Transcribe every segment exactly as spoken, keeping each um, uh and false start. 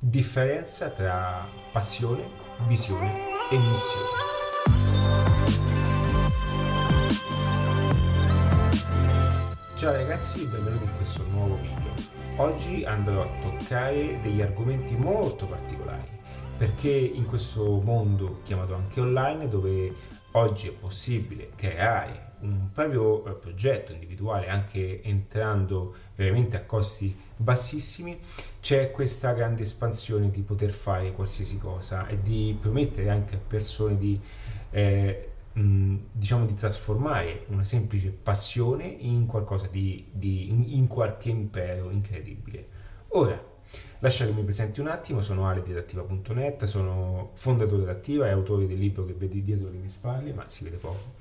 Differenza tra passione, visione e missione. Ciao ragazzi, benvenuti in questo nuovo video. Oggi andrò a toccare degli argomenti molto particolari, perché in questo mondo chiamato anche online, dove oggi è possibile creare un proprio progetto individuale anche entrando veramente a costi bassissimi, c'è questa grande espansione di poter fare qualsiasi cosa e di permettere anche a persone di eh, mh, diciamo di trasformare una semplice passione in qualcosa di, di in, in qualche impero incredibile. Ora lascia che mi presenti un attimo. Sono Ale di Adattiva punto net, sono fondatore di Adattiva e autore del libro che vedi dietro le mie spalle, ma si vede poco.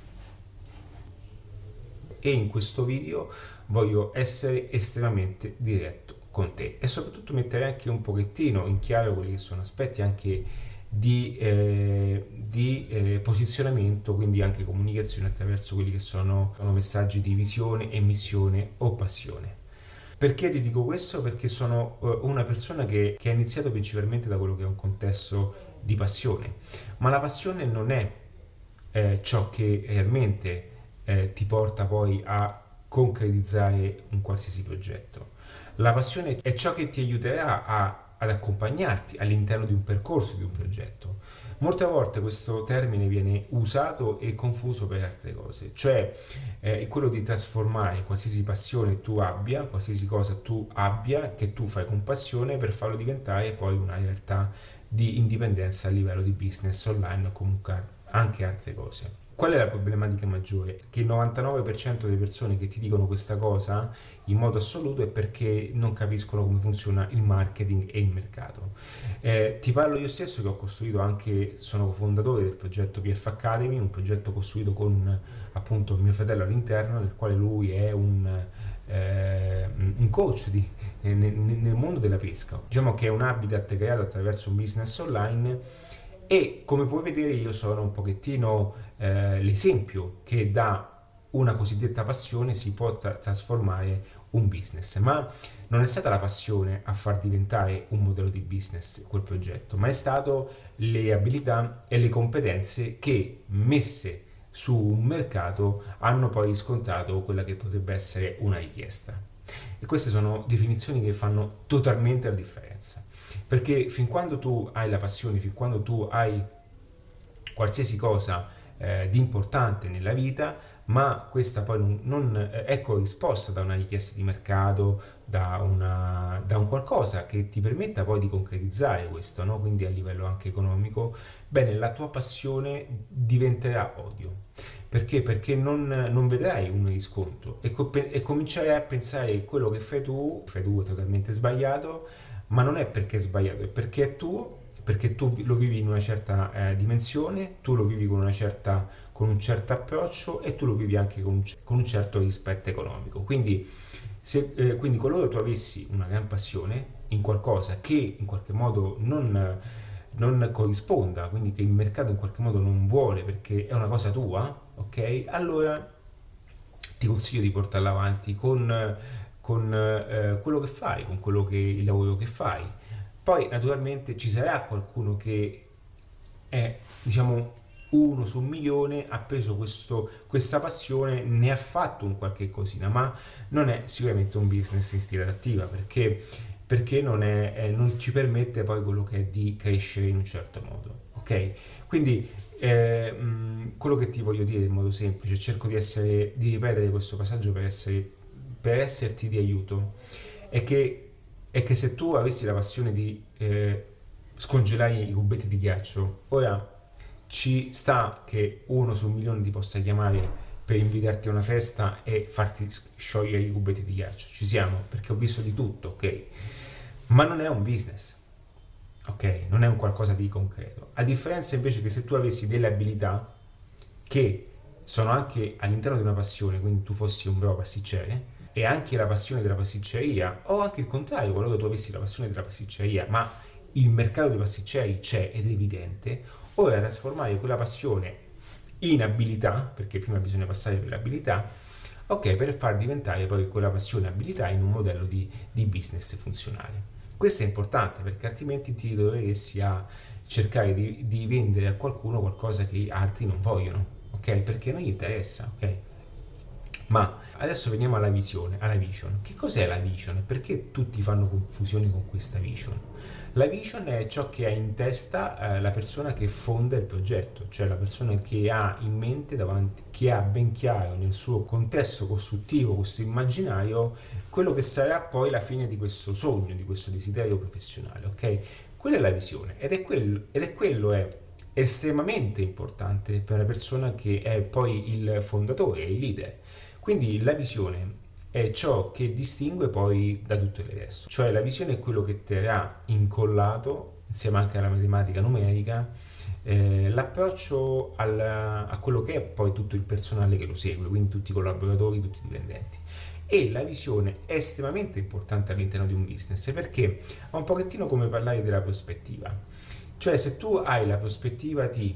E in questo video voglio essere estremamente diretto con te e soprattutto mettere anche un pochettino in chiaro quelli che sono aspetti anche di, eh, di eh, posizionamento, quindi anche comunicazione attraverso quelli che sono, sono messaggi di visione e missione o passione. Perché ti dico questo? Perché sono uh, una persona che, che ha iniziato principalmente da quello che è un contesto di passione, ma la passione non è eh, ciò che realmente eh, ti porta poi a concretizzare un qualsiasi progetto. La passione è ciò che ti aiuterà a, ad accompagnarti all'interno di un percorso, di un progetto. Molte volte questo termine viene usato e confuso per altre cose, cioè eh, è quello di trasformare qualsiasi passione tu abbia, qualsiasi cosa tu abbia, che tu fai con passione, per farlo diventare poi una realtà di indipendenza a livello di business online o comunque anche altre cose. Qual è la problematica maggiore? Che il novantanove per cento delle persone che ti dicono questa cosa in modo assoluto è perché non capiscono come funziona il marketing e il mercato. Eh, ti parlo io stesso che ho costruito anche, sono cofondatore del progetto P F Academy, un progetto costruito con appunto mio fratello all'interno, nel quale lui è un, eh, un coach di, eh, nel, nel mondo della pesca. Diciamo che è un habitat creato attraverso un business online. E come puoi vedere io sono un pochettino eh, l'esempio che da una cosiddetta passione si può tra- trasformare un business, ma non è stata la passione a far diventare un modello di business quel progetto, ma è stato le abilità e le competenze che messe su un mercato hanno poi riscontrato quella che potrebbe essere una richiesta. E queste sono definizioni che fanno totalmente la differenza, perché fin quando tu hai la passione, fin quando tu hai qualsiasi cosa eh, di importante nella vita, ma questa poi non, non è corrisposta da una richiesta di mercato, da, una, da un qualcosa che ti permetta poi di concretizzare questo, no? Quindi a livello anche economico, bene, la tua passione diventerà odio. Perché? Perché non, non vedrai un riscontro e, co- e comincerai a pensare che quello che fai tu, fai tu è totalmente sbagliato, ma non è perché è sbagliato, è perché è tuo, perché tu lo vivi in una certa eh, dimensione, tu lo vivi con una certa, con un certo approccio e tu lo vivi anche con un, con un certo rispetto economico. Quindi, se, eh, quindi qualora tu avessi una gran passione in qualcosa che in qualche modo non, non corrisponda, quindi che il mercato in qualche modo non vuole perché è una cosa tua, ok? Allora ti consiglio di portarla avanti con, con eh, quello che fai, con quello che il lavoro che fai. Poi naturalmente ci sarà qualcuno che è, diciamo, uno su un milione, ha preso questo, questa passione, ne ha fatto un qualche cosina, ma non è sicuramente un business in stile Adattiva, perché, perché non, è, eh, non ci permette poi quello che è di crescere in un certo modo, ok? Quindi eh, mh, quello che ti voglio dire in modo semplice, cerco di, essere, di ripetere questo passaggio per, essere, per esserti di aiuto, è che è che se tu avessi la passione di eh, scongelare i cubetti di ghiaccio, ora ci sta che uno su un milione ti possa chiamare per invitarti a una festa e farti sciogliere i cubetti di ghiaccio, ci siamo, perché ho visto di tutto, ok? Ma non è un business, ok? Non è un qualcosa di concreto, a differenza invece che se tu avessi delle abilità che sono anche all'interno di una passione, quindi tu fossi un bravo pasticcere e anche la passione della pasticceria, o anche il contrario, qualora tu avessi la passione della pasticceria ma il mercato dei pasticceri c'è ed è evidente, ora trasformare quella passione in abilità, perché prima bisogna passare per l'abilità, ok, per far diventare poi quella passione e abilità in un modello di, di business funzionale. Questo è importante perché altrimenti ti troveresti a cercare di, di vendere a qualcuno qualcosa che altri non vogliono, ok? Perché non gli interessa, ok? Ma adesso veniamo alla visione, alla vision. Che cos'è la vision? Perché tutti fanno confusione con questa vision? La vision è ciò che ha in testa eh, la persona che fonda il progetto, cioè la persona che ha in mente davanti, che ha ben chiaro nel suo contesto costruttivo, questo immaginario, quello che sarà poi la fine di questo sogno, di questo desiderio professionale, ok? Quella è la visione ed è quello, ed è quello è estremamente importante per la persona che è poi il fondatore, il leader. Quindi la visione è ciò che distingue poi da tutto il resto, cioè la visione è quello che terrà incollato, insieme anche alla matematica numerica, eh, l'approccio al, a quello che è poi tutto il personale che lo segue, quindi tutti i collaboratori, tutti i dipendenti. E la visione è estremamente importante all'interno di un business perché è un pochettino come parlare della prospettiva, cioè se tu hai la prospettiva di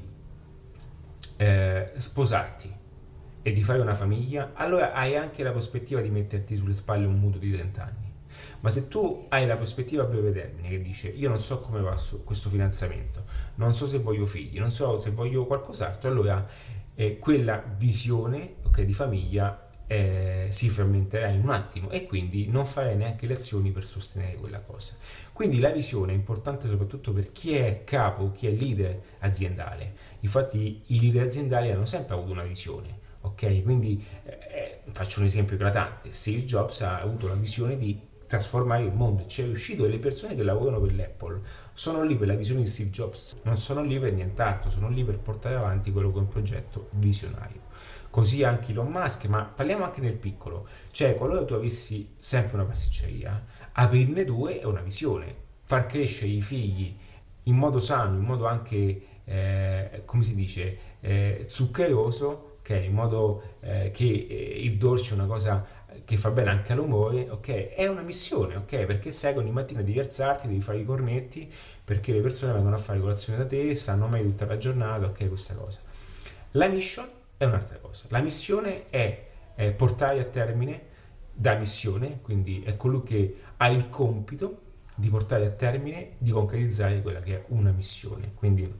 eh, sposarti e di fare una famiglia, allora hai anche la prospettiva di metterti sulle spalle un mutuo di trenta anni. Ma se tu hai la prospettiva a breve termine che dice io non so come va questo finanziamento, non so se voglio figli, non so se voglio qualcos'altro, allora eh, quella visione, okay, di famiglia eh, si frammenterà in un attimo e quindi non farai neanche le azioni per sostenere quella cosa. Quindi la visione è importante soprattutto per chi è capo, chi è leader aziendale. Infatti i leader aziendali hanno sempre avuto una visione. Ok, quindi eh, faccio un esempio eclatante. Steve Jobs ha avuto la visione di trasformare il mondo, ci è riuscito e le persone che lavorano per l'Apple sono lì per la visione di Steve Jobs, non sono lì per nient'altro, sono lì per portare avanti quello che è un progetto visionario. Così anche Elon Musk, ma parliamo anche nel piccolo, cioè qualora tu avessi sempre una pasticceria, aprirne due è una visione, far crescere i figli in modo sano, in modo anche, eh, come si dice, eh, zuccheroso, ok, in modo eh, che eh, il dolce è una cosa che fa bene anche all'umore, ok, è una missione, ok, perché sai che ogni mattina devi alzarti, devi fare i cornetti, perché le persone vengono a fare colazione da te, stanno meglio tutta la giornata, ok, questa cosa. La mission è un'altra cosa, la missione è, è portare a termine da missione, quindi è colui che ha il compito di portare a termine, di concretizzare quella che è una missione, quindi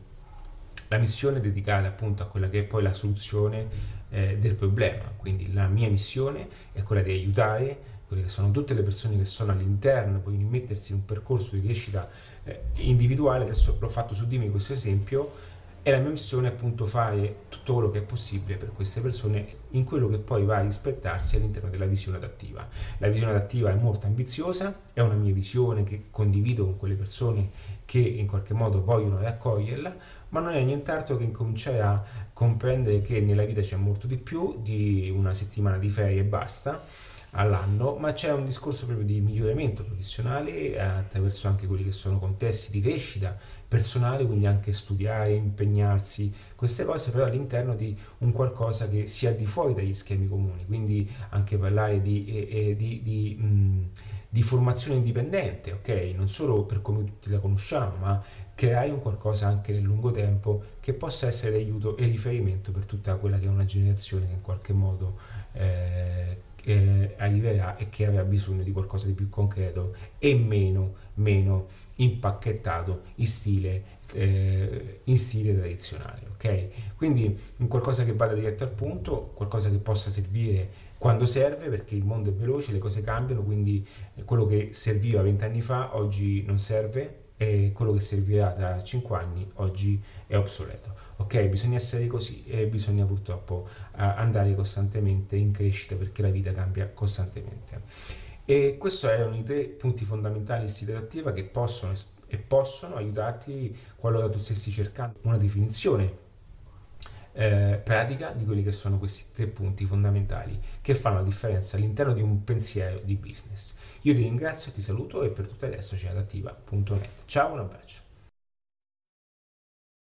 la missione è dedicata appunto a quella che è poi la soluzione eh, del problema, quindi la mia missione è quella di aiutare quelle che sono tutte le persone che sono all'interno, poi di mettersi in un percorso di crescita eh, individuale. Adesso l'ho fatto su di me questo esempio, e la mia missione è appunto fare tutto quello che è possibile per queste persone in quello che poi va a rispettarsi all'interno della visione adattiva. La visione adattiva è molto ambiziosa, è una mia visione che condivido con quelle persone che in qualche modo vogliono raccoglierla, ma non è nient'altro che incominciare a comprendere che nella vita c'è molto di più di una settimana di ferie e basta all'anno, ma c'è un discorso proprio di miglioramento professionale eh, attraverso anche quelli che sono contesti di crescita personale, quindi anche studiare, impegnarsi, queste cose però all'interno di un qualcosa che sia al di fuori dagli schemi comuni, quindi anche parlare di, eh, eh, di, di, mh, di formazione indipendente, ok? Non solo per come tutti la conosciamo, ma creare un qualcosa anche nel lungo tempo che possa essere d'aiuto e riferimento per tutta quella che è una generazione che in qualche modo eh, eh, arriverà e che avrà bisogno di qualcosa di più concreto e meno, meno impacchettato in stile, eh, in stile tradizionale, ok? Quindi un qualcosa che vada diretto al punto, qualcosa che possa servire quando serve, perché il mondo è veloce, le cose cambiano, quindi quello che serviva vent'anni fa oggi non serve, e quello che servirà tra cinque anni oggi è obsoleto. Ok, bisogna essere così e bisogna purtroppo uh, andare costantemente in crescita perché la vita cambia costantemente. E questi erano i tre punti fondamentali di stile adattiva che possono e possono aiutarti qualora tu stessi cercando una definizione eh, pratica di quelli che sono questi tre punti fondamentali che fanno la differenza all'interno di un pensiero di business. Io ti ringrazio, ti saluto e per tutto il resto c'è adattiva punto net. Ciao, un abbraccio.